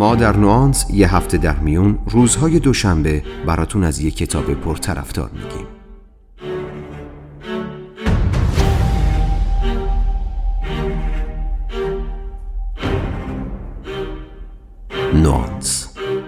ما در نوانس یه هفته در میون روزهای دوشنبه براتون از یه کتاب پرطرفدار میگیم. نوانس.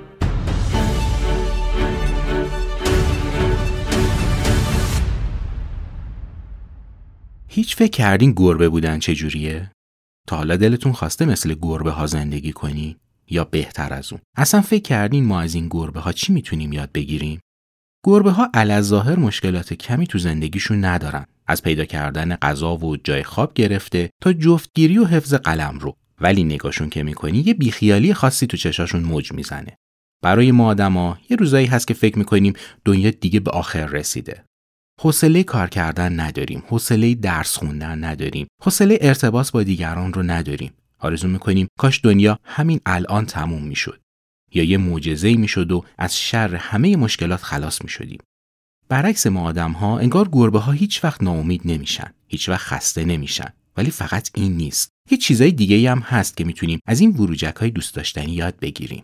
هیچ فکر کردین گربه بودن چجوریه؟ تا حالا دلتون خواسته مثل گربه ها زندگی کنی؟ یا بهتر از اون؟ اصلا فکر کردین ما از این گربه ها چی میتونیم یاد بگیریم؟ گربه ها علاظاهر مشکلات کمی تو زندگیشون ندارن. از پیدا کردن غذا و جای خواب گرفته تا جفتگیری و حفظ قلمرو. ولی نگاهشون که میکنی یه بیخیالی خاصی تو چشاشون موج میزنه. برای ما آدما یه روزایی هست که فکر میکنیم دنیا دیگه به آخر رسیده. حوصله کار کردن نداریم، حوصله درس خوندن نداریم، حوصله ارتباط با دیگران رو نداریم. آرزو میکنیم کاش دنیا همین الان تموم میشد یا یه معجزه‌ای میشد و از شر همه مشکلات خلاص میشدیم. برعکس ما آدم‌ها انگار گربه‌ها هیچ وقت ناامید نمیشن، هیچ وقت خسته نمیشن. ولی فقط این نیست. یه چیزای دیگه‌ای هم هست که میتونیم از این وروجک‌های دوست داشتنی یاد بگیریم.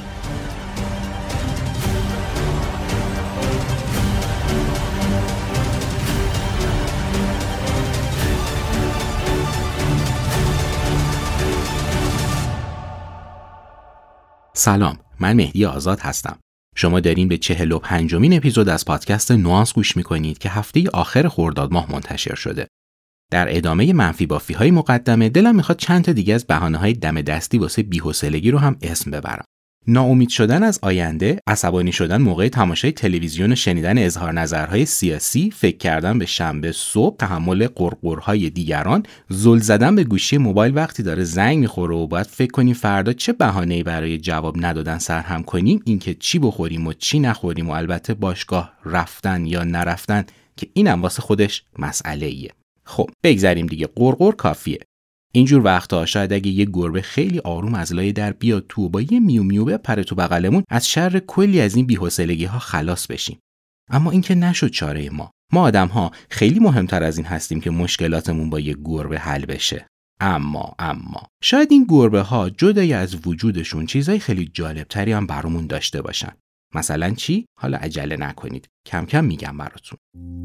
سلام، من مهدی آزاد هستم. شما دارین به 45مین اپیزود از پادکست نوانس گوش میکنید که هفته آخر خرداد ماه منتشر شده. در ادامه منفی بافی‌های مقدمه دلم میخواد چند تا دیگه از بهانه‌های دم دستی واسه بی‌حوصلگی رو هم اسم ببرم. ناامید شدن از آینده، عصبانی شدن موقع تماشای تلویزیون و شنیدن اظهار نظرهای سیاسی، فکر کردن به شنبه صبح، تحمل قرقرهای دیگران، زل زدن به گوشی موبایل وقتی داره زنگ میخوره و باید فکر کنیم فردا چه بهانه‌ای برای جواب ندادن سرهم کنیم، اینکه چی بخوریم و چی نخوریم و البته باشگاه رفتن یا نرفتن که اینم واسه خودش مسئله‌ایه. خب بگذریم دیگه، قرقر کافیه. اینجور وقتا شاید اگه یه گربه خیلی آروم از لای در بیاد تو با یه میو میو بپره تو بغلمون از شر کلی از این بی‌حوصلگی‌ها خلاص بشیم. اما این که نشد چاره ما. ما آدم‌ها خیلی مهمتر از این هستیم که مشکلاتمون با یه گربه حل بشه. اما شاید این گربه‌ها جدای از وجودشون چیزای خیلی جالب‌تری هم برامون داشته باشن. مثلا چی؟ حالا عجله نکنید. کم کم میگم براتون.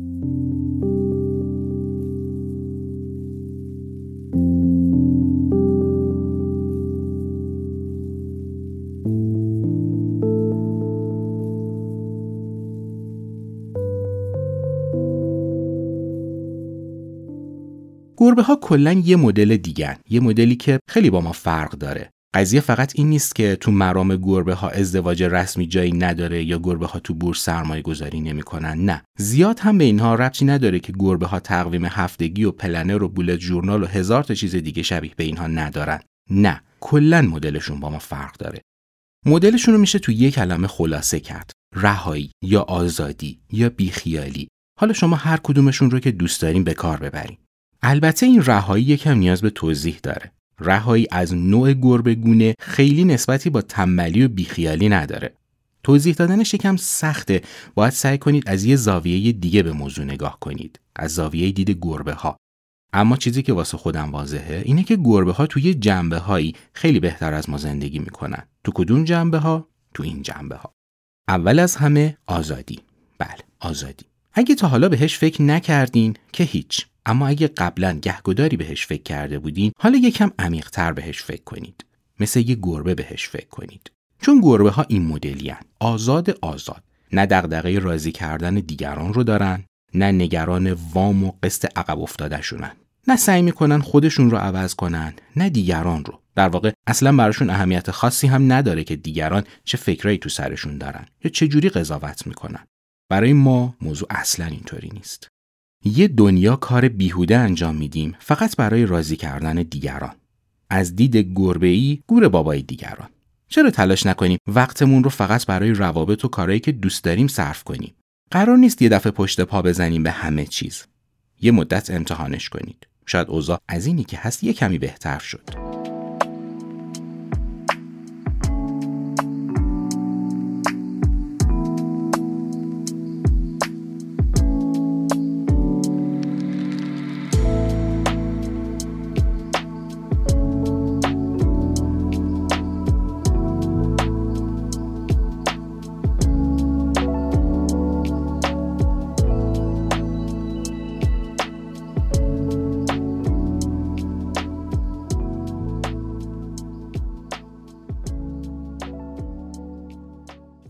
گربه‌ها کلاً یه مدل دیگه‌ن، یه مدلی که خیلی با ما فرق داره. قضیه فقط این نیست که تو مرام گربه‌ها ازدواج رسمی جایی نداره یا گربه‌ها تو بورس سرمایه‌گذاری نمی‌کنن. نه، زیاد هم به اینها ربطی نداره که گربه‌ها تقویم هفتگی و پلنر و بولت ژورنال و هزار تا چیز دیگه شبیه به اینها ندارن. نه، کلاً مدلشون با ما فرق داره. مدلشون رو میشه تو یک کلمه خلاصه کرد: رهایی یا آزادی یا بیخیالی. حالا شما هر کدومشون رو که دوست دارین به کار ببرین. البته این رهایی یکم نیاز به توضیح داره. رهایی از نوع گربه‌گونه خیلی نسبتی با تنبلی و بیخیالی نداره. توضیح دادنش یکم سخته. باید سعی کنید از یه زاویه دیگه به موضوع نگاه کنید، از زاویه دید گربه‌ها. اما چیزی که واسه خودم واضحه اینه که گربه‌ها توی جنبه‌هایی خیلی بهتر از ما زندگی میکنن. تو کدوم جنبه‌ها؟ تو این جنبه‌ها. اول از همه آزادی. بله، آزادی. اگه تا حالا بهش فکر نکردین که هیچ. اما اگه قبلا گهگداری بهش فکر کرده بودین، حالا یکم عمیق‌تر بهش فکر کنید. مثل یه گربه بهش فکر کنید. چون گربه ها این مدلی هن. آزاد. نه دغدغه راضی کردن دیگران رو دارن، نه نگران وام و قسط عقب افتاده شونن. نه سعی میکنن خودشون رو عوض کنن، نه دیگران رو. در واقع اصلا براشون اهمیت خاصی هم نداره که دیگران چه فکرایی تو سرشون دارن یا چه جوری قضاوت میکنن. برای ما موضوع اصلا اینطوری نیست. یه دنیا کار بیهوده انجام میدیم فقط برای راضی کردن دیگران. از دید گربه‌ای گور بابای دیگران. چرا تلاش نکنیم وقتمون رو فقط برای روابط و کارهایی که دوست داریم صرف کنیم؟ قرار نیست یه دفعه پشت پا بزنیم به همه چیز. یه مدت امتحانش کنید. شاید اوضاع از اینی که هست یه کمی بهتر شد.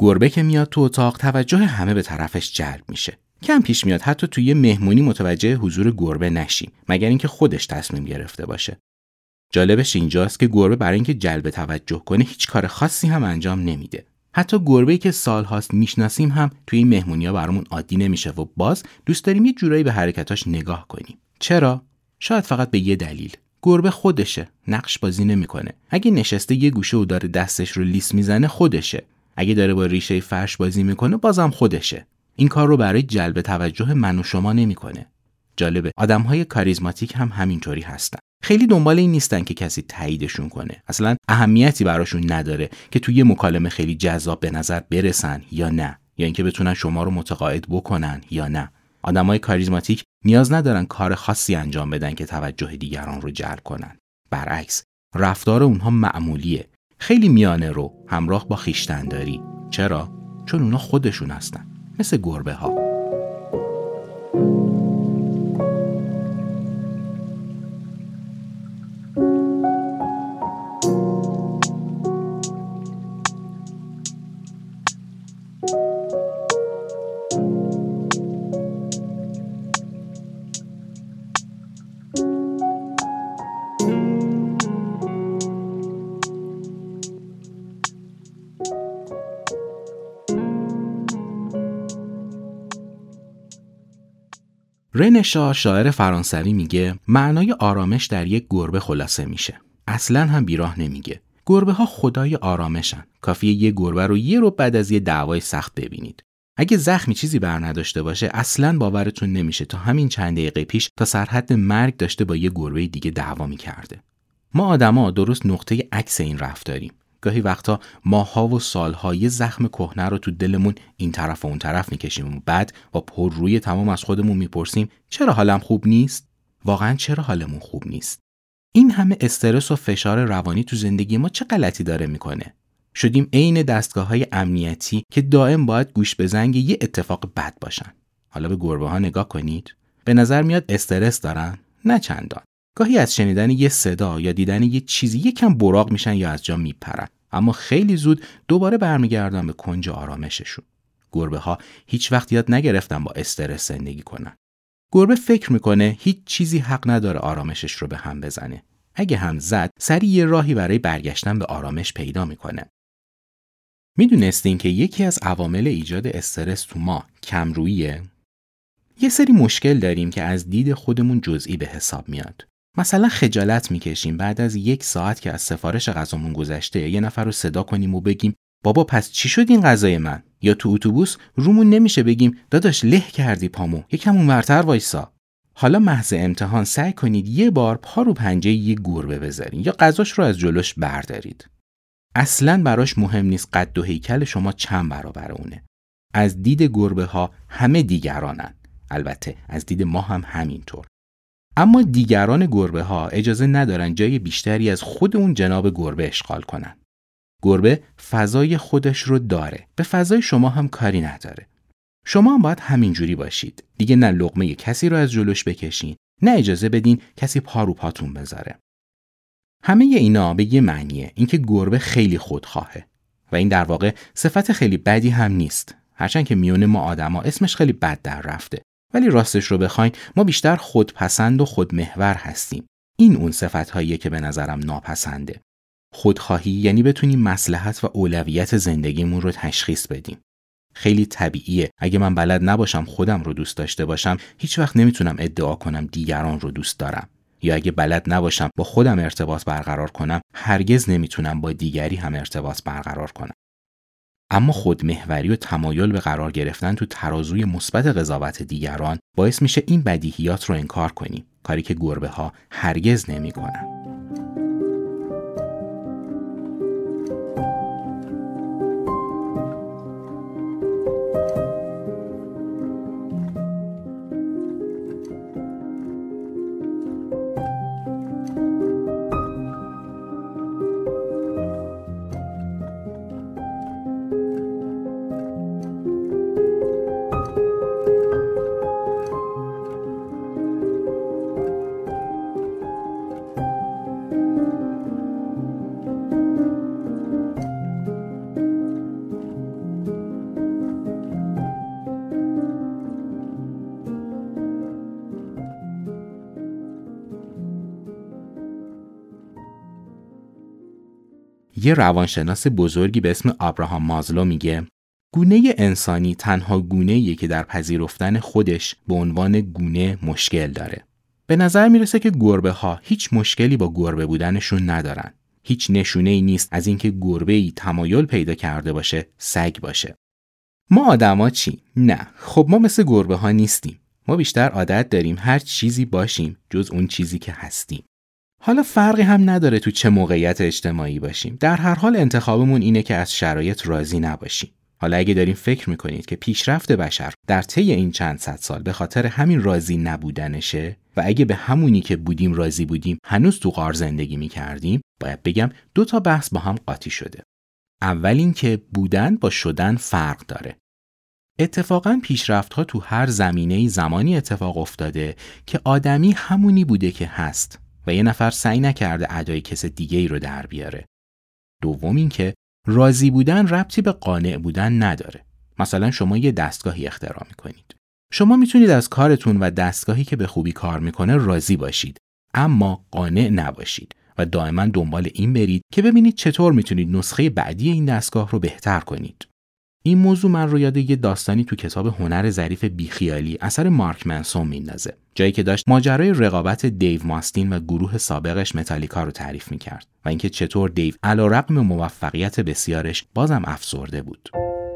گربه که میاد تو اتاق توجه همه به طرفش جلب میشه. کم پیش میاد حتی توی یه مهمونی متوجه حضور گربه نشیم مگر اینکه خودش تصمیم گرفته باشه. جالبش اینجاست که گربه برای اینکه جلب توجه کنه هیچ کار خاصی هم انجام نمیده. حتی گربه‌ای که سالهاست میشناسیم هم توی این مهمونی‌ها برامون عادی نمیشه و باز دوست داریم یه جورایی به حرکتاش نگاه کنیم. چرا؟ شاید فقط به یه دلیل. گربه خودشه، نقش بازی نمیکنه. اگه نشسته یه گوشه و داره دستش رو لیس میزنه خودشه. اگه داره با ریشه فرش بازی میکنه بازم خودشه. این کار رو برای جلب توجه من و شما نمیکنه. جالبه، آدم‌های کاریزماتیک هم همینطوری هستن. خیلی دنبال این نیستن که کسی تاییدشون کنه. اصلا اهمیتی براشون نداره که توی یه مکالمه خیلی جذاب به نظر برسن یا نه، یا اینکه بتونن شما رو متقاعد بکنن یا نه. آدمای کاریزماتیک نیاز ندارن کار خاصی انجام بدن که توجه دیگران رو جلب کنن. برعکس، رفتار اونها معمولیه. خیلی میانه رو، همراه با خویشتن‌داری. چرا؟ چون اونا خودشون هستن. مثل گربه‌ها. رن شار شاعر فرانسوی میگه معنای آرامش در یک گربه خلاصه میشه. اصلاً هم بیراه نمیگه. گربه ها خدای آرامشن. کافیه یه گربه رو یه رو بعد از یه دعوای سخت ببینید. اگه زخمی چیزی بر نداشته باشه اصلاً باورتون نمیشه تا همین چند دقیقه پیش تا سرحد مرگ داشته با یه گربه دیگه دعوا میکرده. ما آدما درست نقطه عکس این رفتاریم. گاهی وقتا ماها و سالها یه زخم کهنه رو تو دلمون این طرف و اون طرف میکشیم و بعد با پر روی تمام از خودمون میپرسیم چرا حالم خوب نیست؟ واقعا چرا حالمون خوب نیست؟ این همه استرس و فشار روانی تو زندگی ما چه غلطی داره میکنه؟ شدیم عین دستگاه‌های امنیتی که دائم باید گوش به زنگ یه اتفاق بد باشن. حالا به گربه‌ها نگاه کنید. به نظر میاد استرس دارن؟ نه چندان. گاهی از شنیدن یه صدا یا دیدن یه چیزی یکم براق میشن یا از جا میپرن، اما خیلی زود دوباره برمیگردن به کنج آرامششون. گربه‌ها هیچ وقت یاد نگرفتن با استرس زندگی کنن. گربه فکر میکنه هیچ چیزی حق نداره آرامشش رو به هم بزنه. اگه هم زد، سریع یه راهی برای برگشتن به آرامش پیدا میکنه. میدونستین که یکی از عوامل ایجاد استرس تو ما کمروییه؟ یه سری مشکل داریم که از دید خودمون جزئی به حساب میاد. مثلا خجالت میکشیم بعد از 1 ساعت که از سفارش غذامون گذشته یه نفر رو صدا کنیم و بگیم بابا پس چی شد این غذای من؟ یا تو اتوبوس رومون نمیشه بگیم داداش له کردی پامو، یکم اونورتر وایسا. حالا محض امتحان سعی کنید یه بار پا رو پنجه یه گربه بذارین یا غذاش رو از جلوش بردارید. اصلاً براش مهم نیست قد و هیکل شما چند برابر اونه. از دید گربه ها همه دیگرانن. البته از دید ما هم همینطور. اما دیگران گربه ها اجازه ندارن جای بیشتری از خود اون جناب گربه اشغال کنن. گربه فضای خودش رو داره. به فضای شما هم کاری نداره. شما هم باید همینجوری باشید. دیگه نه لقمه کسی رو از جلوش بکشین، نه اجازه بدین کسی پا رو پاتون بذاره. همه اینا به یه معنیه، اینکه گربه خیلی خودخواهه و این در واقع صفت خیلی بدی هم نیست. هرچند که میون ما آدما اسمش خیلی بد در رفته. ولی راستش رو بخواین ما بیشتر خودپسند و خودمحور هستیم. این اون صفت‌هاییه که به نظرم ناپسنده. خودخواهی یعنی بتونیم مصلحت و اولویت زندگیمون رو تشخیص بدیم. خیلی طبیعیه اگه من بلد نباشم خودم رو دوست داشته باشم، هیچ وقت نمیتونم ادعا کنم دیگران رو دوست دارم. یا اگه بلد نباشم با خودم ارتباط برقرار کنم، هرگز نمیتونم با دیگری هم ارتباط برقرار کنم. اما خودمحوری و تمایل به قرار گرفتن تو ترازوی مثبت قضاوت دیگران باعث میشه این بدیهیات رو انکار کنیم، کاری که گربه ها هرگز نمیکنن. یه روانشناس بزرگی به اسم آبراهام مازلو میگه گونه انسانی تنها گونه‌ایه که در پذیرفتن خودش به عنوان گونه مشکل داره. به نظر میرسه که گربه‌ها هیچ مشکلی با گربه بودنشون ندارن. هیچ نشونه‌ای نیست از اینکه گربه‌ای تمایل پیدا کرده باشه سگ باشه. ما آدما چی؟ نه، خب ما مثل گربه‌ها نیستیم. ما بیشتر عادت داریم هر چیزی باشیم جز اون چیزی که هستیم. حالا فرقی هم نداره تو چه موقعیت اجتماعی باشیم. در هر حال انتخابمون اینه که از شرایط راضی نباشیم. حالا اگه دارین فکر میکنید که پیشرفت بشر در طی این چند صد سال به خاطر همین راضی نبودنشه و اگه به همونی که بودیم راضی بودیم هنوز تو غار زندگی میکردیم، باید بگم 2 تا بحث با هم قاطی شده. اول این که بودن با شدن فرق داره. اتفاقاً پیشرفت‌ها تو هر زمینه‌ای زمانی اتفاق افتاده که آدمی همونی بوده که هست و یه نفر سعی نکرده ادای کس دیگه‌ای رو در بیاره. دوم این که راضی بودن ربطی به قانع بودن نداره. مثلا شما یه دستگاهی اختراع می‌کنید. شما میتونید از کارتون و دستگاهی که به خوبی کار می‌کنه راضی باشید، اما قانع نباشید و دائما دنبال این برید که ببینید چطور میتونید نسخه بعدی این دستگاه رو بهتر کنید. این موضوع من رو یاد یه داستانی تو کتاب هنر ظریف بیخیالی اثر مارک منسون میندازه، جایی که داشت ماجرای رقابت دیو ماستین و گروه سابقش متالیکا رو تعریف میکرد و اینکه چطور دیو علیرغم موفقیت بسیارش بازم افسرده بود.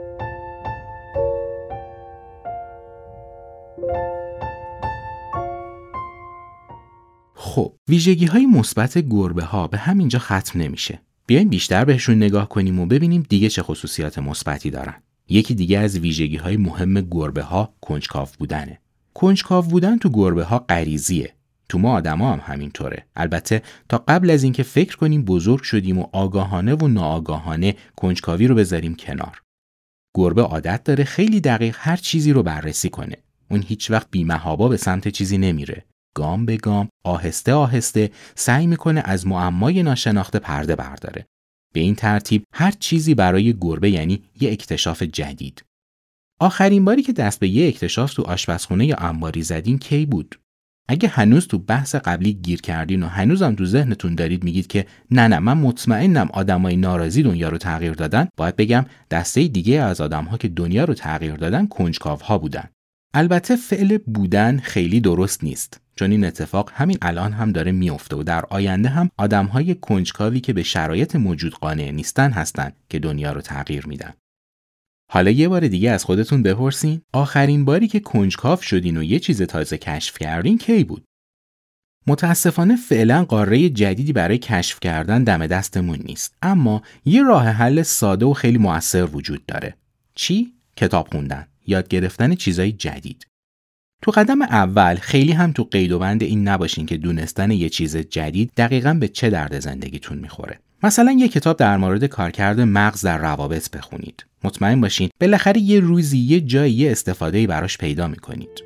خب ویژگی‌های مثبت گربه‌ها به همینجا ختم نمیشه. بیاین بیشتر بهشون نگاه کنیم و ببینیم دیگه چه خصوصیات مثبتی دارن. یکی دیگه از ویژگی‌های مهم گربه‌ها کنجکاو بودنه. کنجکاو بودن تو گربه‌ها غریزیه. تو ما آدم‌ها هم همینطوره. البته تا قبل از اینکه فکر کنیم بزرگ شدیم و آگاهانه و ناآگاهانه کنجکاوی رو بذاریم کنار. گربه عادت داره خیلی دقیق هر چیزی رو بررسی کنه. اون هیچ وقت بی‌محابا به سمت چیزی نمیره. گام به گام، آهسته آهسته سعی میکنه از معمای ناشناخته پرده برداره. به این ترتیب هر چیزی برای گربه یعنی یه اکتشاف جدید. آخرین باری که دست به یه اکتشاف تو آشپزخونه یا انباری زدین کی بود؟ اگه هنوز تو بحث قبلی گیر کردین و هنوزم تو ذهنتون دارید میگید که نه من مطمئنم آدمای ناراضی دنیا رو تغییر دادن، باید بگم دسته دیگه از آدم‌ها که دنیا رو تغییر دادن کنجکاوها بودن. البته فعل بودن خیلی درست نیست، چون این اتفاق همین الان هم داره میفته و در آینده هم آدم‌های کنجکاوی که به شرایط موجود قانع نیستن هستن که دنیا رو تغییر میدن. حالا یه بار دیگه از خودتون بپرسین آخرین باری که کنجکاو شدین و یه چیز تازه کشف کردین کی بود؟ متاسفانه فعلا قاره جدیدی برای کشف کردن دم دستمون نیست، اما یه راه حل ساده و خیلی مؤثر وجود داره. چی؟ کتاب خوندن، یاد گرفتن چیزای جدید. تو قدم اول خیلی هم تو قید و بند این نباشین که دونستن یه چیز جدید دقیقاً به چه درد زندگیتون میخوره. مثلا یه کتاب در مورد کارکرد مغز در روابط بخونید. مطمئن باشین بالاخره یه روزی یه جایی یه استفاده‌ای براش پیدا میکنید.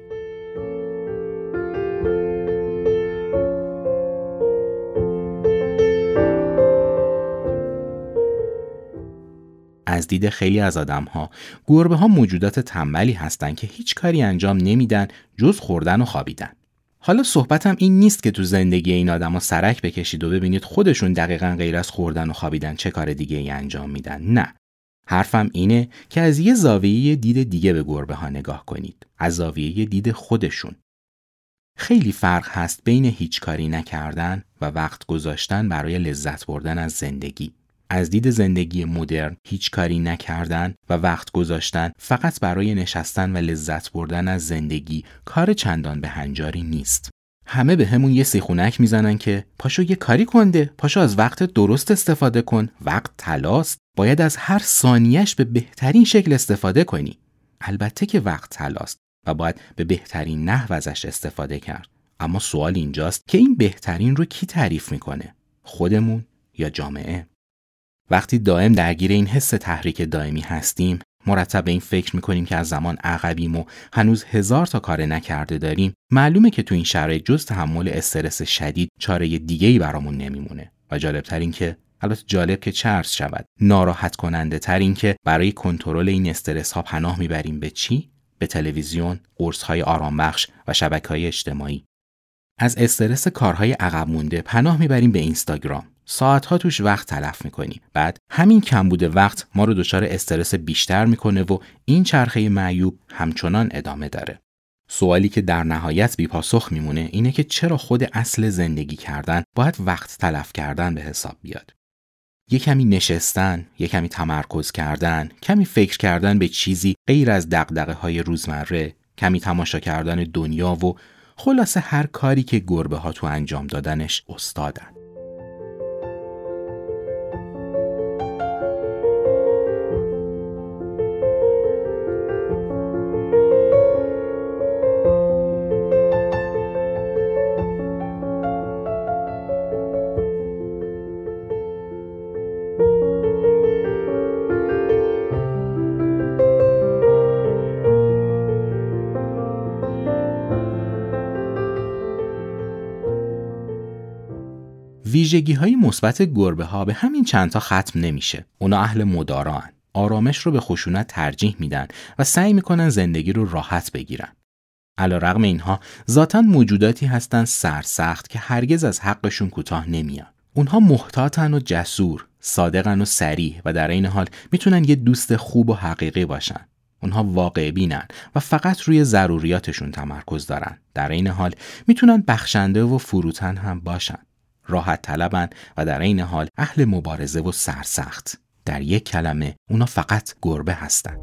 از دید خیلی از آدم‌ها گربه‌ها موجودات تنبلی هستن که هیچ کاری انجام نمیدن جز خوردن و خوابیدن. حالا صحبتم این نیست که تو زندگی این آدم‌ها سرک بکشید و ببینید خودشون دقیقاً غیر از خوردن و خوابیدن چه کار دیگه‌ای انجام میدن. نه. حرفم اینه که از یه زاویه دید دیگه به گربه‌ها نگاه کنید. از زاویه دید خودشون. خیلی فرق هست بین هیچ کاری نکردن و وقت گذاشتن برای لذت بردن از زندگی. از دید زندگی مدرن هیچ کاری نکردن و وقت گذاشتن فقط برای نشستن و لذت بردن از زندگی کار چندان به هنجاری نیست. همه به همون یه سیخونک میزنن که پاشو یه کاری کنده، پاشو از وقت درست استفاده کن، وقت طلاست، باید از هر ثانیه‌اش به بهترین شکل استفاده کنی. البته که وقت طلاست و باید به بهترین نحو ازش استفاده کرد، اما سوال اینجاست که این بهترین رو کی تعریف میکنه؟ خودمون یا جامعه؟ وقتی دائم درگیر این حس تحریک دائمی هستیم، مرتب به این فکر میکنیم که از زمان عقبیم و هنوز 1000 تا کار نکرده داریم، معلومه که تو این شرایط جز تحمل استرس شدید چاره دیگه‌ای برامون نمیمونه. و جالبتر این که البته جالب که چه عرض شود، ناراحت کننده تر این که برای کنترل این استرس ها پناه میبریم به چی؟ به تلویزیون، قرص‌های آرامبخش و شبکه‌های اجتماعی. از استرس کارهای عقب مونده پناه میبریم به اینستاگرام. ساعت‌ها توش وقت تلف می‌کنیم. بعد همین کمبود وقت ما رو دچار استرس بیشتر می‌کنه و این چرخه معیوب همچنان ادامه داره. سوالی که در نهایت بی پاسخ میمونه اینه که چرا خود اصل زندگی کردن باید وقت تلف کردن به حساب بیاد؟ یه کمی نشستن، یه کمی تمرکز کردن، کمی فکر کردن به چیزی غیر از دغدغه‌های روزمره، کمی تماشا کردن دنیا و خلاصه هر کاری که گربه‌ها تو انجام دادنش استادن. ویژگی‌های مثبت گربه‌ها به همین چند تا ختم نمیشه. اونا اهل مداران، آرامش رو به خشونت ترجیح میدن و سعی میکنن زندگی رو راحت بگیرن. علیرغم اینها ذاتاً موجوداتی هستن سرسخت که هرگز از حقشون کوتاه نمیان. اونها محتاطن و جسور، صادقن و صریح و در این حال میتونن یه دوست خوب و حقیقی باشن. اونها واقع بینن و فقط روی ضروریاتشون تمرکز دارن. در این حال میتونن بخشنده و فروتن هم باشن. راحت طلبن و در این حال اهل مبارزه و سرسخت. در یک کلمه اونا فقط گربه هستن.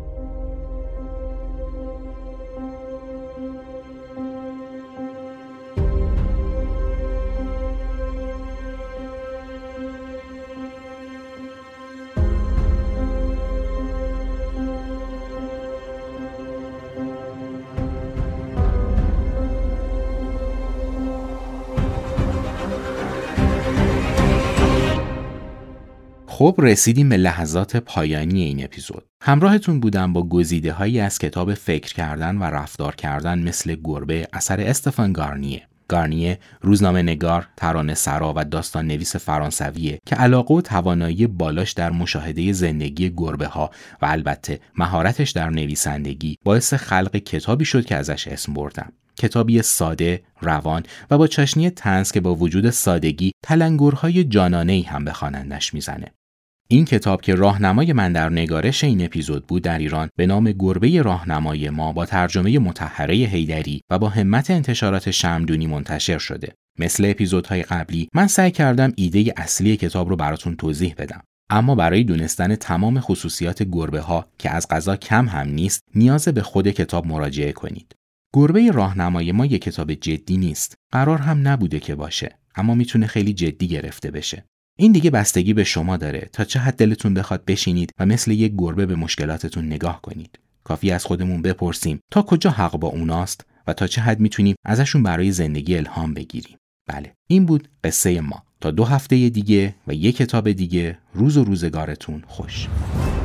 خب رسیدیم به لحظات پایانی این اپیزود. همراهتون بودم با گزیده‌هایی از کتاب فکر کردن و رفتار کردن مثل گربه اثر استفان گارنیه. گارنیه روزنامه‌نگار، ترانه‌سرا و داستان نویس فرانسویه که علاقه و توانایی بالاش در مشاهده زندگی گربه‌ها و البته مهارتش در نویسندگی باعث خلق کتابی شد که ازش اسم بردم. کتابی ساده، روان و با چاشنی طنز که با وجود سادگی تلنگرهای جانانه‌ای هم به خوانندش میزنه. این کتاب که راهنمای من در نگارش این اپیزود بود در ایران به نام گربه راهنمای ما با ترجمه مطهره حیدری و با همت انتشارات شمعدونی منتشر شده. مثل اپیزودهای قبلی من سعی کردم ایده اصلی کتاب رو براتون توضیح بدم. اما برای دونستن تمام خصوصیات گربه ها که از قضا کم هم نیست نیاز به خود کتاب مراجعه کنید. گربه راهنمای ما یک کتاب جدی نیست. قرار هم نبوده که باشه. اما میتونه خیلی جدی گرفته بشه. این دیگه بستگی به شما داره تا چه حد دلتون بخواد بشینید و مثل یک گربه به مشکلاتتون نگاه کنید. کافی از خودمون بپرسیم تا کجا حق با اوناست و تا چه حد میتونیم ازشون برای زندگی الهام بگیریم. بله، این بود قصه ما. تا 2 هفته دیگه و یک کتاب دیگه، روز و روزگارتون خوش.